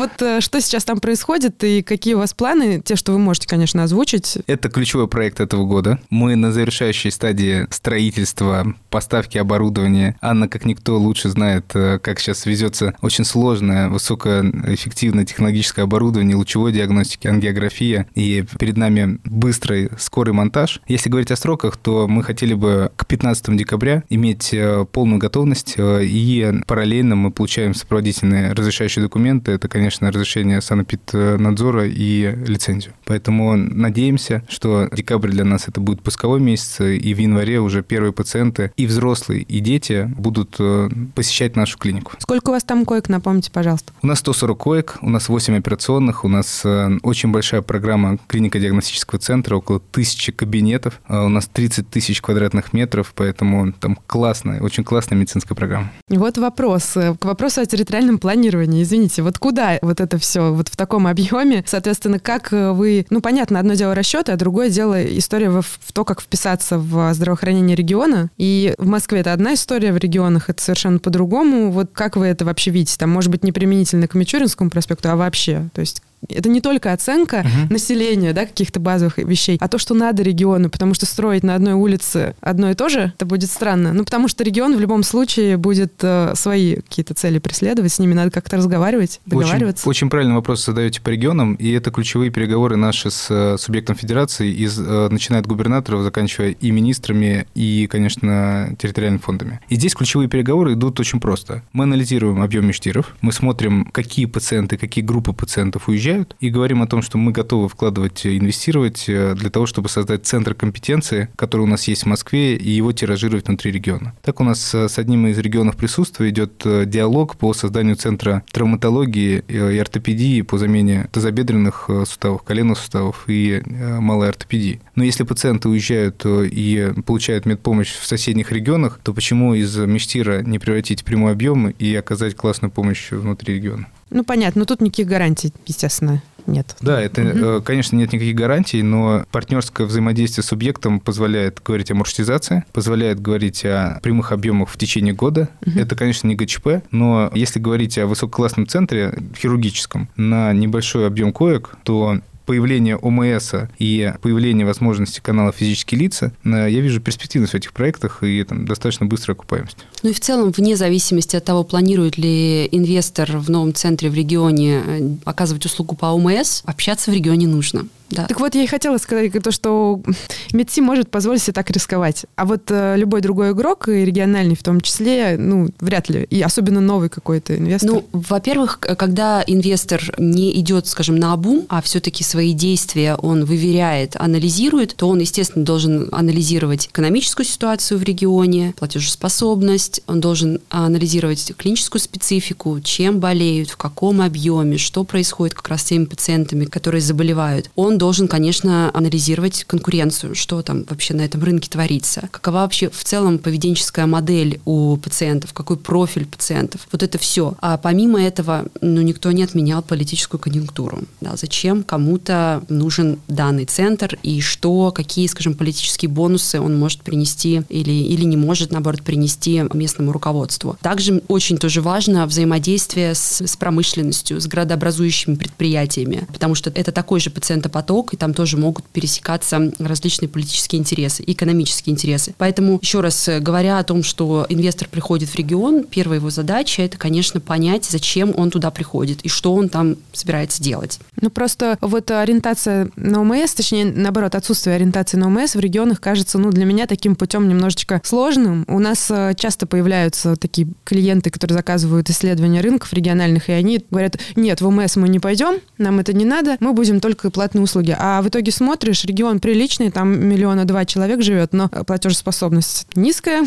Что сейчас там происходит и какие у вас планы, те, что вы можете, конечно, озвучить? Это ключевой проект этого года. Мы на завершающей стадии строительства, поставки оборудования. Анна, как никто, лучше знает, как сейчас везется очень сложное, высокоэффективное технологическое оборудование лучевой диагностики, ангиография, и перед нами быстрый, скорый монтаж. Если говорить о сроках, то мы хотели бы к 15 декабря иметь полную готовность, и параллельно мы получаем сопроводительные разрешающие документы. Это, конечно, разрешение санэпиднадзора и лицензию. Поэтому надеемся, что декабрь для нас это будет пусковой месяц, и в январе уже первые пациенты, и взрослые, и дети будут посещать нашу клинику. Сколько у вас там коек, напомните, пожалуйста? У нас 140 коек, у нас 8 операционных, у нас очень большая программа клинико-диагностического центра, около 1000 кабинетов, у нас 30 тысяч квадратных метров, поэтому там очень классная медицинская программа. Вот вопрос. К вопросу о территориальном планировании. Извините, куда это все в таком объеме? Соответственно, как вы... понятно, одно дело расчеты, а другое дело история в то, как вписаться в здравоохранение региона. И в Москве это одна история, в регионах это совершенно по-другому. Как вы это вообще видите? Там, может быть, не применительно к Мичуринскому проспекту, а вообще. То есть это не только оценка населения, да, каких-то базовых вещей, а то, что надо региону, потому что строить на одной улице одно и то же, это будет странно. Потому что регион в любом случае будет свои какие-то цели преследовать, с ними надо как-то разговаривать, договариваться. Очень правильный вопрос задаете по регионам, и это ключевые переговоры наши с субъектом федерации, начиная от губернаторов, заканчивая и министрами, и, конечно, территориальными фондами. И здесь ключевые переговоры идут очень просто. Мы анализируем объем межтиров, мы смотрим, какие пациенты, какие группы пациентов уезжают, и говорим о том, что мы готовы вкладывать, инвестировать для того, чтобы создать центр компетенции, который у нас есть в Москве, и его тиражировать внутри региона. Так у нас с одним из регионов присутствия идет диалог по созданию центра травматологии и ортопедии по замене тазобедренных суставов, коленных суставов и малой ортопедии. Но если пациенты уезжают и получают медпомощь в соседних регионах, то почему из межтира не превратить в прямой объем и оказать классную помощь внутри региона? Понятно, но тут никаких гарантий, естественно, нет. Да, это, конечно, нет никаких гарантий, но партнерское взаимодействие с субъектом позволяет говорить о маршрутизации, позволяет говорить о прямых объемах в течение года. Это, конечно, не ГЧП, но если говорить о высококлассном центре хирургическом на небольшой объем коек, то появление ОМС и появление возможности канала «Физические лица», я вижу перспективность в этих проектах и достаточно быстрая окупаемость. И в целом, вне зависимости от того, планирует ли инвестор в новом центре в регионе оказывать услугу по ОМС, общаться в регионе нужно. Да. Так вот, я и хотела сказать то, что МИДСИ может позволить себе так рисковать. А любой другой игрок, и региональный в том числе, вряд ли. И особенно новый какой-то инвестор. Во-первых, когда инвестор не идет, скажем, наобум, а все-таки свои действия он выверяет, анализирует, то он, естественно, должен анализировать экономическую ситуацию в регионе, платежеспособность, он должен анализировать клиническую специфику, чем болеют, в каком объеме, что происходит как раз с теми пациентами, которые заболевают. Он должен, конечно, анализировать конкуренцию, что там вообще на этом рынке творится, какова вообще в целом поведенческая модель у пациентов, какой профиль пациентов. Вот это все. А помимо этого, никто не отменял политическую конъюнктуру. Да, зачем кому-то нужен данный центр и какие, скажем, политические бонусы он может принести или не может, наоборот, принести местному руководству. Также очень тоже важно взаимодействие с промышленностью, с градообразующими предприятиями, потому что это такой же пациентопоток, поток, и там тоже могут пересекаться различные политические интересы, экономические интересы. Поэтому, еще раз говоря о том, что инвестор приходит в регион, первая его задача – это, конечно, понять, зачем он туда приходит и что он там собирается делать. Ну, просто вот ориентация на ОМС, точнее, наоборот, отсутствие ориентации на ОМС в регионах кажется, для меня таким путем немножечко сложным. У нас часто появляются такие клиенты, которые заказывают исследования рынков региональных, и они говорят: нет, в ОМС мы не пойдем, нам это не надо, мы будем только платные услуги. А в итоге смотришь, регион приличный, там 1-2 миллиона человек живет, но платежеспособность низкая,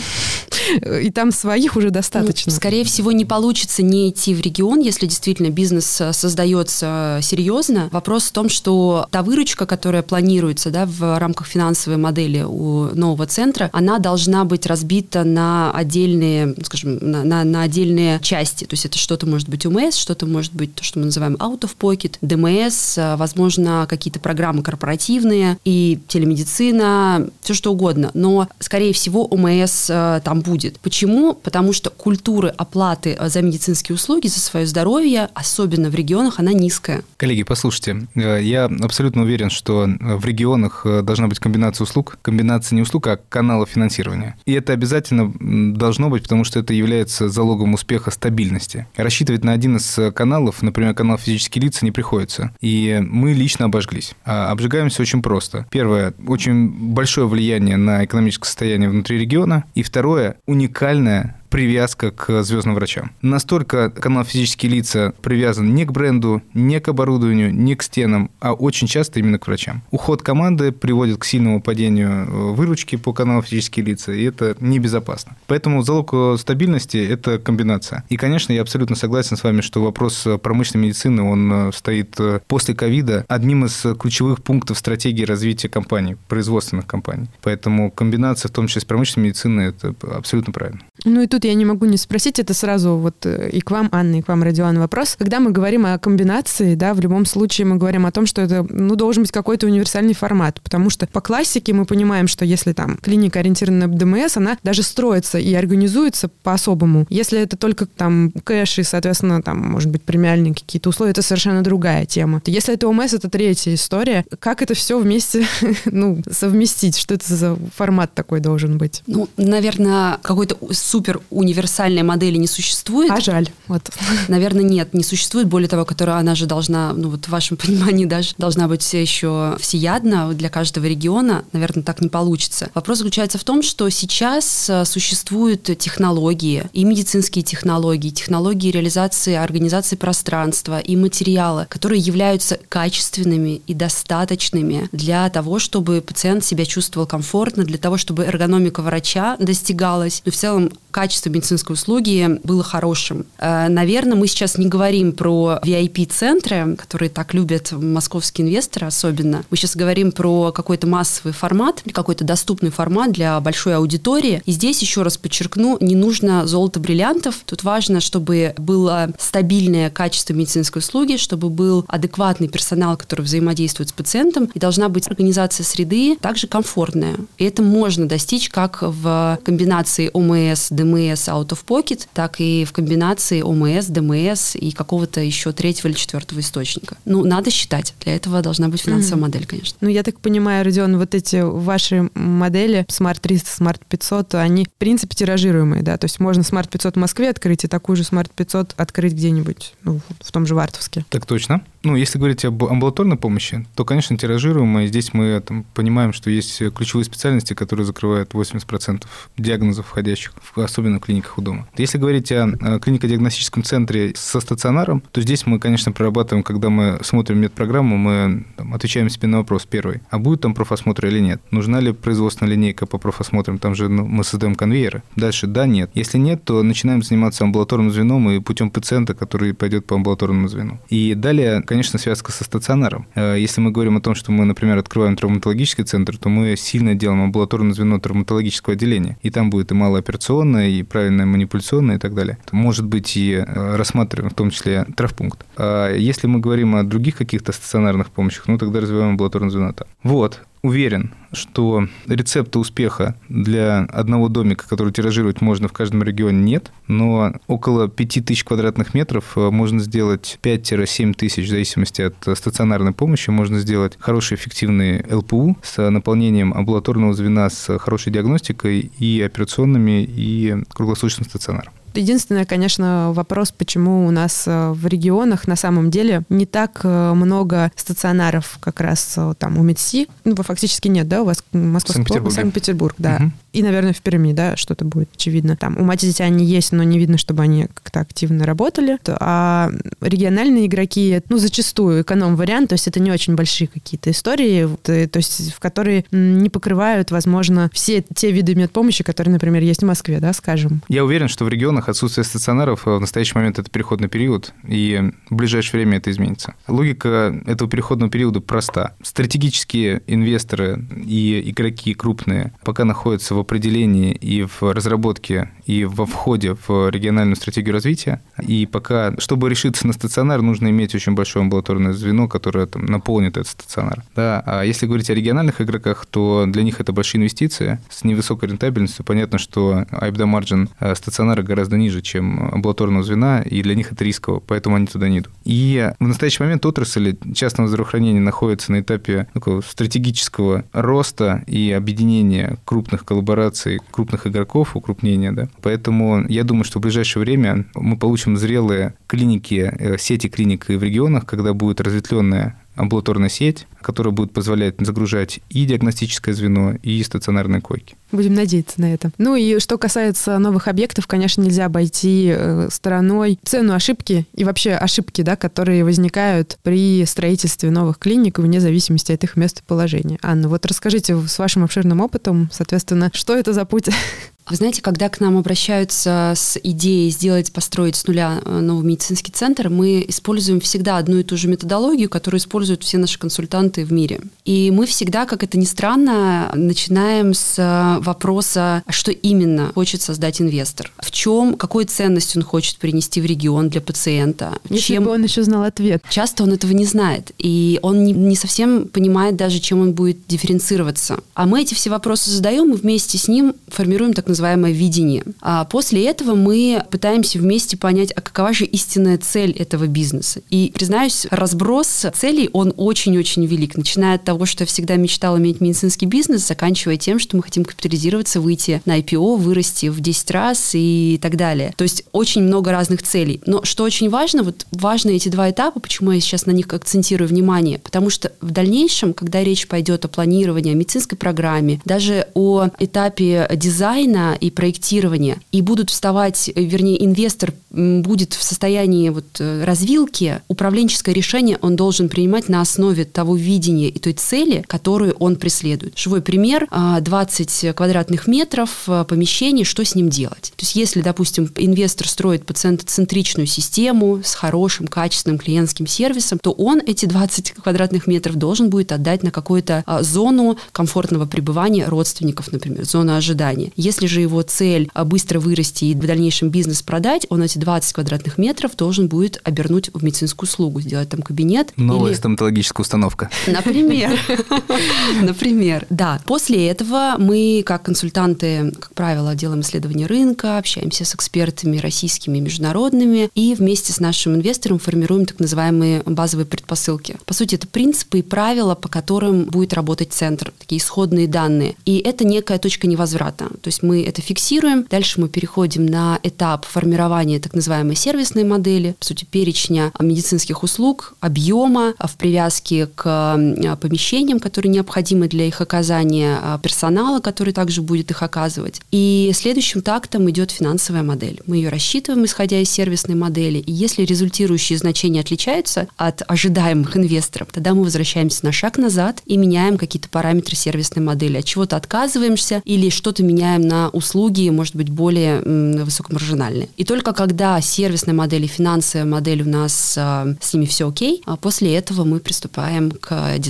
и там своих уже достаточно. Скорее всего, не получится не идти в регион, если действительно бизнес создается серьезно. Вопрос в том, что та выручка, которая планируется, да, в рамках финансовой модели у нового центра, она должна быть разбита на отдельные, скажем, на отдельные части. То есть это что-то может быть УМС, что-то может быть то, что мы называем out of pocket, ДМС, возможно, какие-то программы корпоративные и телемедицина, все что угодно. Но, скорее всего, ОМС там будет. Почему? Потому что культура оплаты за медицинские услуги, за свое здоровье, особенно в регионах, она низкая. Коллеги, послушайте, я абсолютно уверен, что в регионах должна быть комбинация услуг. Комбинация не услуг, а каналов финансирования. И это обязательно должно быть, потому что это является залогом успеха, стабильности. Рассчитывать на один из каналов, например, канал физические лица, не приходится. И мы лично обожглись. Обжигаемся очень просто. Первое, очень большое влияние на экономическое состояние внутри региона. И второе, уникальное привязка к звездным врачам. Настолько канал физические лица привязан не к бренду, не к оборудованию, не к стенам, а очень часто именно к врачам. Уход команды приводит к сильному падению выручки по каналу физические лица, и это небезопасно. Поэтому залог стабильности – это комбинация. И, конечно, я абсолютно согласен с вами, что вопрос промышленной медицины, он стоит после ковида одним из ключевых пунктов стратегии развития компаний, производственных компаний. Поэтому комбинация, в том числе с промышленной медициной, это абсолютно правильно. Ну и тут я не могу не спросить, это сразу вот и к вам, Анна, и к вам, Родион, вопрос. Когда мы говорим о комбинации, да, в любом случае мы говорим о том, что это, должен быть какой-то универсальный формат, потому что по классике мы понимаем, что если там клиника ориентирована на ДМС, она даже строится и организуется по-особому. Если это только там кэш и, соответственно, там, может быть, премиальные какие-то условия, это совершенно другая тема. Если это ОМС, это третья история. Как это все вместе, совместить? Что это за формат такой должен быть? Наверное, какой-то супер универсальной модели не существует. А жаль. Вот. Наверное, нет, не существует. Более того, которая она же должна, в вашем понимании даже должна быть еще всеядна для каждого региона. Наверное, так не получится. Вопрос заключается в том, что сейчас существуют технологии, и медицинские технологии, технологии реализации, организации пространства и материала, которые являются качественными и достаточными для того, чтобы пациент себя чувствовал комфортно, для того, чтобы эргономика врача достигалась, но в целом качество медицинской услуги было хорошим. Наверное, мы сейчас не говорим про VIP-центры, которые так любят московские инвесторы особенно. Мы сейчас говорим про какой-то массовый формат, какой-то доступный формат для большой аудитории. И здесь, еще раз подчеркну, не нужно золото-бриллиантов. Тут важно, чтобы было стабильное качество медицинской услуги, чтобы был адекватный персонал, который взаимодействует с пациентом, и должна быть организация среды также комфортная. И это можно достичь как в комбинации ОМС, ДМС, out of pocket, так и в комбинации ОМС, ДМС и какого-то еще третьего или четвертого источника. Надо считать. Для этого должна быть финансовая модель, конечно. Я так понимаю, Родион, вот эти ваши модели Smart 300, Smart 500, они, в принципе, тиражируемые, да? То есть можно Smart 500 в Москве открыть и такую же Smart 500 открыть где-нибудь, в том же Вартовске. Так точно. Если говорить об амбулаторной помощи, то, конечно, тиражируемая. Здесь мы понимаем, что есть ключевые специальности, которые закрывают 80% диагнозов входящих, особенно в клиниках у дома. Если говорить о клинико-диагностическом центре со стационаром, то здесь мы, конечно, прорабатываем, когда мы смотрим медпрограмму, мы отвечаем себе на вопрос первый. А будет там профосмотр или нет? Нужна ли производственная линейка по профосмотрам? Там же мы создаем конвейеры. Дальше да, нет. Если нет, то начинаем заниматься амбулаторным звеном и путем пациента, который пойдет по амбулаторному звену. И далее, конечно, связка со стационаром. Если мы говорим о том, что мы, например, открываем травматологический центр, то мы сильно делаем амбулаторное звено травматологического отделения. И там будет и малооперационное, и правильное манипуляционное, и так далее. Может быть, и рассматриваем в том числе травмпункт. А если мы говорим о других каких-то стационарных помощях, тогда развиваем амбулаторное звено там. уверен, что рецепта успеха для одного домика, который тиражировать можно в каждом регионе, нет, но около 5000 квадратных метров можно сделать 5-7 тысяч, в зависимости от стационарной помощи, можно сделать хороший эффективный ЛПУ с наполнением амбулаторного звена, с хорошей диагностикой и операционными, и круглосуточным стационаром. Единственное, конечно, вопрос, почему у нас в регионах на самом деле не так много стационаров как раз там у МедСи. Ну, фактически нет, да, у вас Санкт-Петербург, да. Угу. И, наверное, в Перми, да, что-то будет очевидно. Там у Мать и Дитя они есть, но не видно, чтобы они как-то активно работали. А региональные игроки, ну, зачастую эконом-вариант, то есть это не очень большие какие-то истории, то есть в которые не покрывают, возможно, все те виды медпомощи, которые, например, есть в Москве, да, скажем. Я уверен, что в регионах отсутствие стационаров в настоящий момент это переходный период, и в ближайшее время это изменится. Логика этого переходного периода проста. Стратегические инвесторы и игроки крупные пока находятся в определении и в разработке, и во входе в региональную стратегию развития. И пока, чтобы решиться на стационар, нужно иметь очень большое амбулаторное звено, которое там наполнит этот стационар. Да? А если говорить о региональных игроках, то для них это большие инвестиции с невысокой рентабельностью. Понятно, что EBITDA маржин стационара гораздо ниже, чем амбулаторного звена, и для них это рисково, поэтому они туда не идут. И в настоящий момент отрасль частного здравоохранения находится на этапе такого стратегического роста и объединения крупных коллабораций, крупных игроков, укрупнения, да. Поэтому я думаю, что в ближайшее время мы получим зрелые клиники, сети клиник и в регионах, когда будет разветвленная амбулаторная сеть, которая будет позволять загружать и диагностическое звено, и стационарные койки. Будем надеяться на это. Ну и что касается новых объектов, конечно, нельзя обойти стороной цену ошибки и вообще ошибки, да, которые возникают при строительстве новых клиник вне зависимости от их местоположения. Анна, вот расскажите с вашим обширным опытом, соответственно, что это за путь? Вы знаете, когда к нам обращаются с идеей построить с нуля новый медицинский центр, мы используем всегда одну и ту же методологию, которую используют все наши консультанты в мире. И мы всегда, как это ни странно, начинаем с вопроса, что именно хочет создать инвестор, в чем, какую ценность он хочет принести в регион для пациента. Если бы он еще знал ответ. Часто он этого не знает, и он не совсем понимает даже, чем он будет дифференцироваться. А мы эти все вопросы задаем и вместе с ним формируем так называемое видение. А после этого мы пытаемся вместе понять, а какова же истинная цель этого бизнеса. И, признаюсь, разброс целей, он очень-очень велик. Начиная от того, что я всегда мечтала иметь медицинский бизнес, заканчивая тем, что мы хотим капитализироваться, выйти на IPO, вырасти в 10 раз и так далее. То есть очень много разных целей. Но что очень важно, вот важны эти два этапа, почему я сейчас на них акцентирую внимание, потому что в дальнейшем, когда речь пойдет о планировании, о медицинской программе, даже о этапе дизайна и проектирования, и будут вставать, вернее, инвестор будет в состоянии развилки, управленческое решение он должен принимать на основе того видения и той цели, которую он преследует. Живой пример: 20 квадратных метров помещений, что с ним делать? То есть если, допустим, инвестор строит пациентоцентричную систему с хорошим, качественным клиентским сервисом, то он эти 20 квадратных метров должен будет отдать на какую-то зону комфортного пребывания родственников, например, зону ожидания. Если же его цель быстро вырасти и в дальнейшем бизнес продать, он эти 20 квадратных метров должен будет обернуть в медицинскую услугу, сделать там кабинет. Новая стоматологическая установка. Например. Например, да. После этого мы, как консультанты, как правило, делаем исследования рынка, общаемся с экспертами российскими и международными, и вместе с нашим инвестором формируем так называемые базовые предпосылки. По сути, это принципы и правила, по которым будет работать центр, такие исходные данные. И это некая точка невозврата. То есть мы это фиксируем, дальше мы переходим на этап формирования так называемой сервисной модели, по сути, перечня медицинских услуг, объема в привязке к помещениям, которые необходимы для их оказания, персонала, который также будет их оказывать. И следующим тактом идет финансовая модель. Мы ее рассчитываем, исходя из сервисной модели, и если результирующие значения отличаются от ожидаемых инвесторов, тогда мы возвращаемся на шаг назад и меняем какие-то параметры сервисной модели. От чего-то отказываемся или что-то меняем на услуги, может быть, более высокомаржинальные. И только когда сервисная модель и финансовая модель у нас с ними все окей, после этого мы приступаем к дизайну.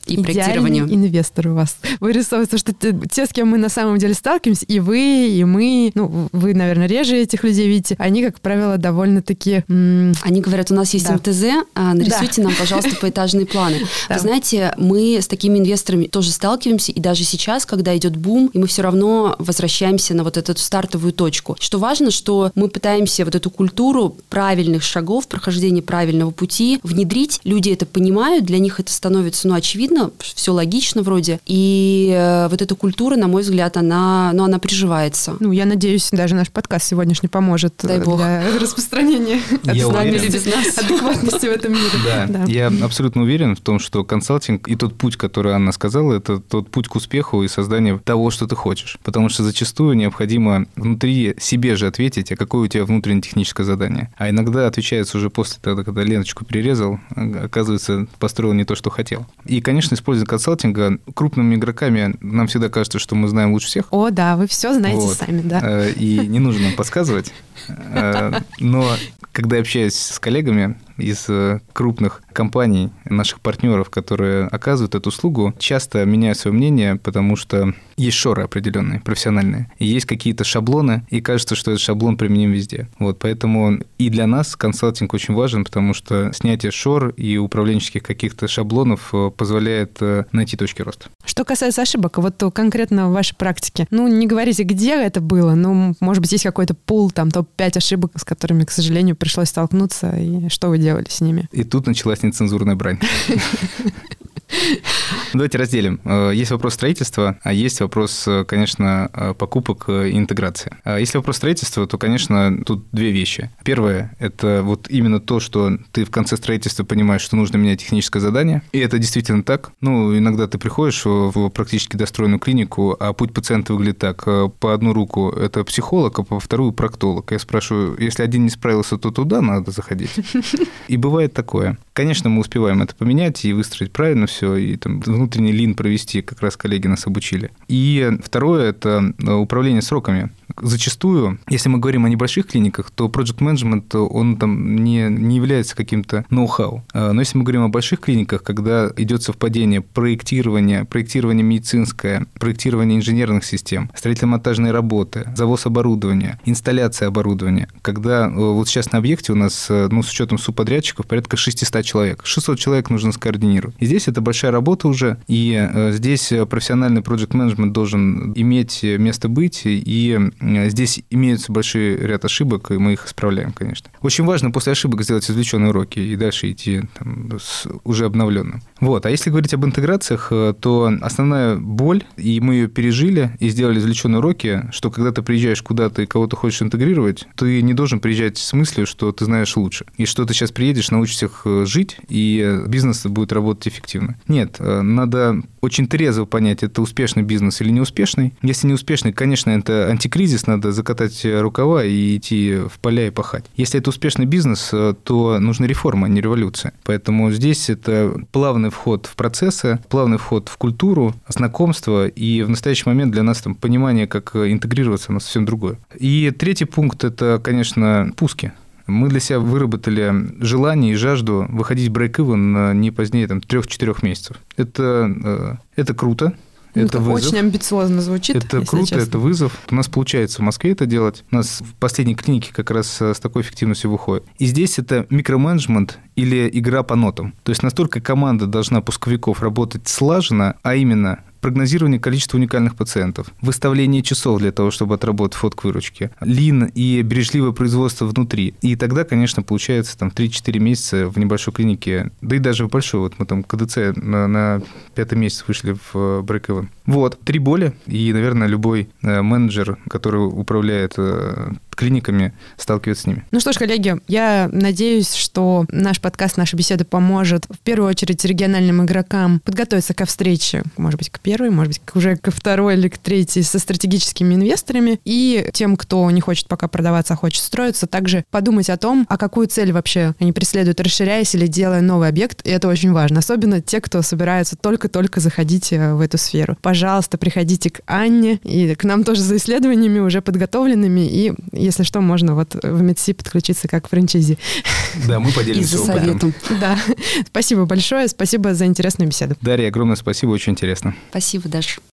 и проектированию. Идеальный инвестор у вас вырисовывается, что те, с кем мы на самом деле сталкиваемся, и вы, и мы, вы, наверное, реже этих людей видите, они, как правило, довольно-таки... Они говорят, у нас есть МТЗ, нарисуйте нам, пожалуйста, поэтажные планы. Вы знаете, мы с такими инвесторами тоже сталкиваемся, и даже сейчас, когда идет бум, и мы все равно возвращаемся на вот эту стартовую точку. Что важно, что мы пытаемся вот эту культуру правильных шагов, прохождения правильного пути внедрить. Люди это понимают, для них это становится, очевидно, все логично вроде. И вот эта культура, на мой взгляд, она приживается. Я надеюсь, даже наш подкаст сегодняшний поможет для распространения адекватности в этом мире. Да, я абсолютно уверен в том, что консалтинг и тот путь, который Анна сказала, это тот путь к успеху и созданию того, что ты хочешь. Потому что зачастую необходимо внутри себе же ответить, а какое у тебя внутреннее техническое задание. А иногда отвечается уже после того, когда ленточку перерезал, оказывается, построил не то, что хотел. И, конечно, использование консалтинга крупными игроками нам всегда кажется, что мы знаем лучше всех. О, да, вы все знаете сами, да. И не нужно нам подсказывать. Но когда я общаюсь с коллегами из крупных компаний, наших партнеров, которые оказывают эту услугу, часто меняю свое мнение, потому что есть шоры определенные, профессиональные, и есть какие-то шаблоны, и кажется, что этот шаблон применим везде. Поэтому и для нас консалтинг очень важен, потому что снятие шор и управленческих каких-то шаблонов позволяет найти точки роста. Что касается ошибок, конкретно в вашей практике, не говорите, где это было, может быть, есть какой-то пул, топ-5 ошибок, с которыми, к сожалению, пришлось столкнуться, и что вы делали с ними? И тут началась нецензурная брань. Давайте разделим. Есть вопрос строительства, а есть вопрос, конечно, покупок и интеграции. Если вопрос строительства, то, конечно, тут две вещи. Первое – это именно то, что ты в конце строительства понимаешь, что нужно менять техническое задание. И это действительно так. Иногда ты приходишь в практически достроенную клинику, а путь пациента выглядит так. По одну руку это психолог, а по вторую – проктолог. Я спрашиваю, если один не справился, то туда надо заходить. И бывает такое. Конечно, мы успеваем это поменять и выстроить правильно все, и внутренний лин провести, как раз коллеги нас обучили. И второе – это управление сроками. Зачастую, если мы говорим о небольших клиниках, то project management, он не является каким-то ноу-хау. Но если мы говорим о больших клиниках, когда идет совпадение проектирование медицинское, проектирование инженерных систем, строительно-монтажные работы, завоз оборудования, инсталляция оборудования, когда сейчас на объекте у нас, с учетом субподрядчиков, порядка 600 человек. 600 человек нужно скоординировать. И здесь это большая работа уже, и здесь профессиональный project management должен иметь место быть, и здесь имеются большой ряд ошибок, и мы их исправляем, конечно. Очень важно после ошибок сделать извлеченные уроки и дальше идти с уже обновленным. А если говорить об интеграциях, то основная боль, и мы ее пережили, и сделали извлеченные уроки, что когда ты приезжаешь куда-то и кого-то хочешь интегрировать, ты не должен приезжать с мыслью, что ты знаешь лучше, и что ты сейчас приедешь, научишься жить, и бизнес будет работать эффективно. Нет, надо очень трезво понять, это успешный бизнес или неуспешный. Если неуспешный, конечно, это антикризис, надо закатать рукава и идти в поля и пахать. Если это успешный бизнес, то нужна реформа, а не революция. Поэтому здесь это плавный вход в процессы, плавный вход в культуру, знакомство, и в настоящий момент для нас понимание, как интегрироваться, оно совсем другое. И третий пункт – это, конечно, пуски. Мы для себя выработали желание и жажду выходить в брейк-ивен не позднее 3-4 месяцев. Это круто. Это вызов. Очень амбициозно звучит. Это круто, честно. Это вызов. У нас получается в Москве это делать. У нас в последней клинике как раз с такой эффективностью выходит. И здесь это микроменеджмент или игра по нотам. То есть настолько команда должна пусковиков работать слаженно, а именно прогнозирование количества уникальных пациентов, выставление часов для того, чтобы отработать фонд к выручке, лин и бережливое производство внутри. И тогда, конечно, получается 3-4 месяца в небольшой клинике, да и даже в большой. Мы КДЦ на 5-й месяц вышли в брейк-ивен. 3 боли, и, наверное, любой менеджер, который управляет клиниками, сталкивается с ними. Ну что ж, коллеги, я надеюсь, что наш подкаст, наша беседа поможет в первую очередь региональным игрокам подготовиться ко встрече, может быть, к первой, может быть, уже ко второй или к третьей со стратегическими инвесторами, и тем, кто не хочет пока продаваться, а хочет строиться, также подумать о том, а какую цель вообще они преследуют, расширяясь или делая новый объект, и это очень важно, особенно те, кто собираются только-только заходить в эту сферу. Пожалуйста, приходите к Анне и к нам тоже за исследованиями уже подготовленными, и если что, можно вот в МедСи подключиться как франчайзи. Да, мы поделимся опытом. Да, спасибо большое, спасибо за интересную беседу. Дарья, огромное спасибо, очень интересно. Спасибо, Даша.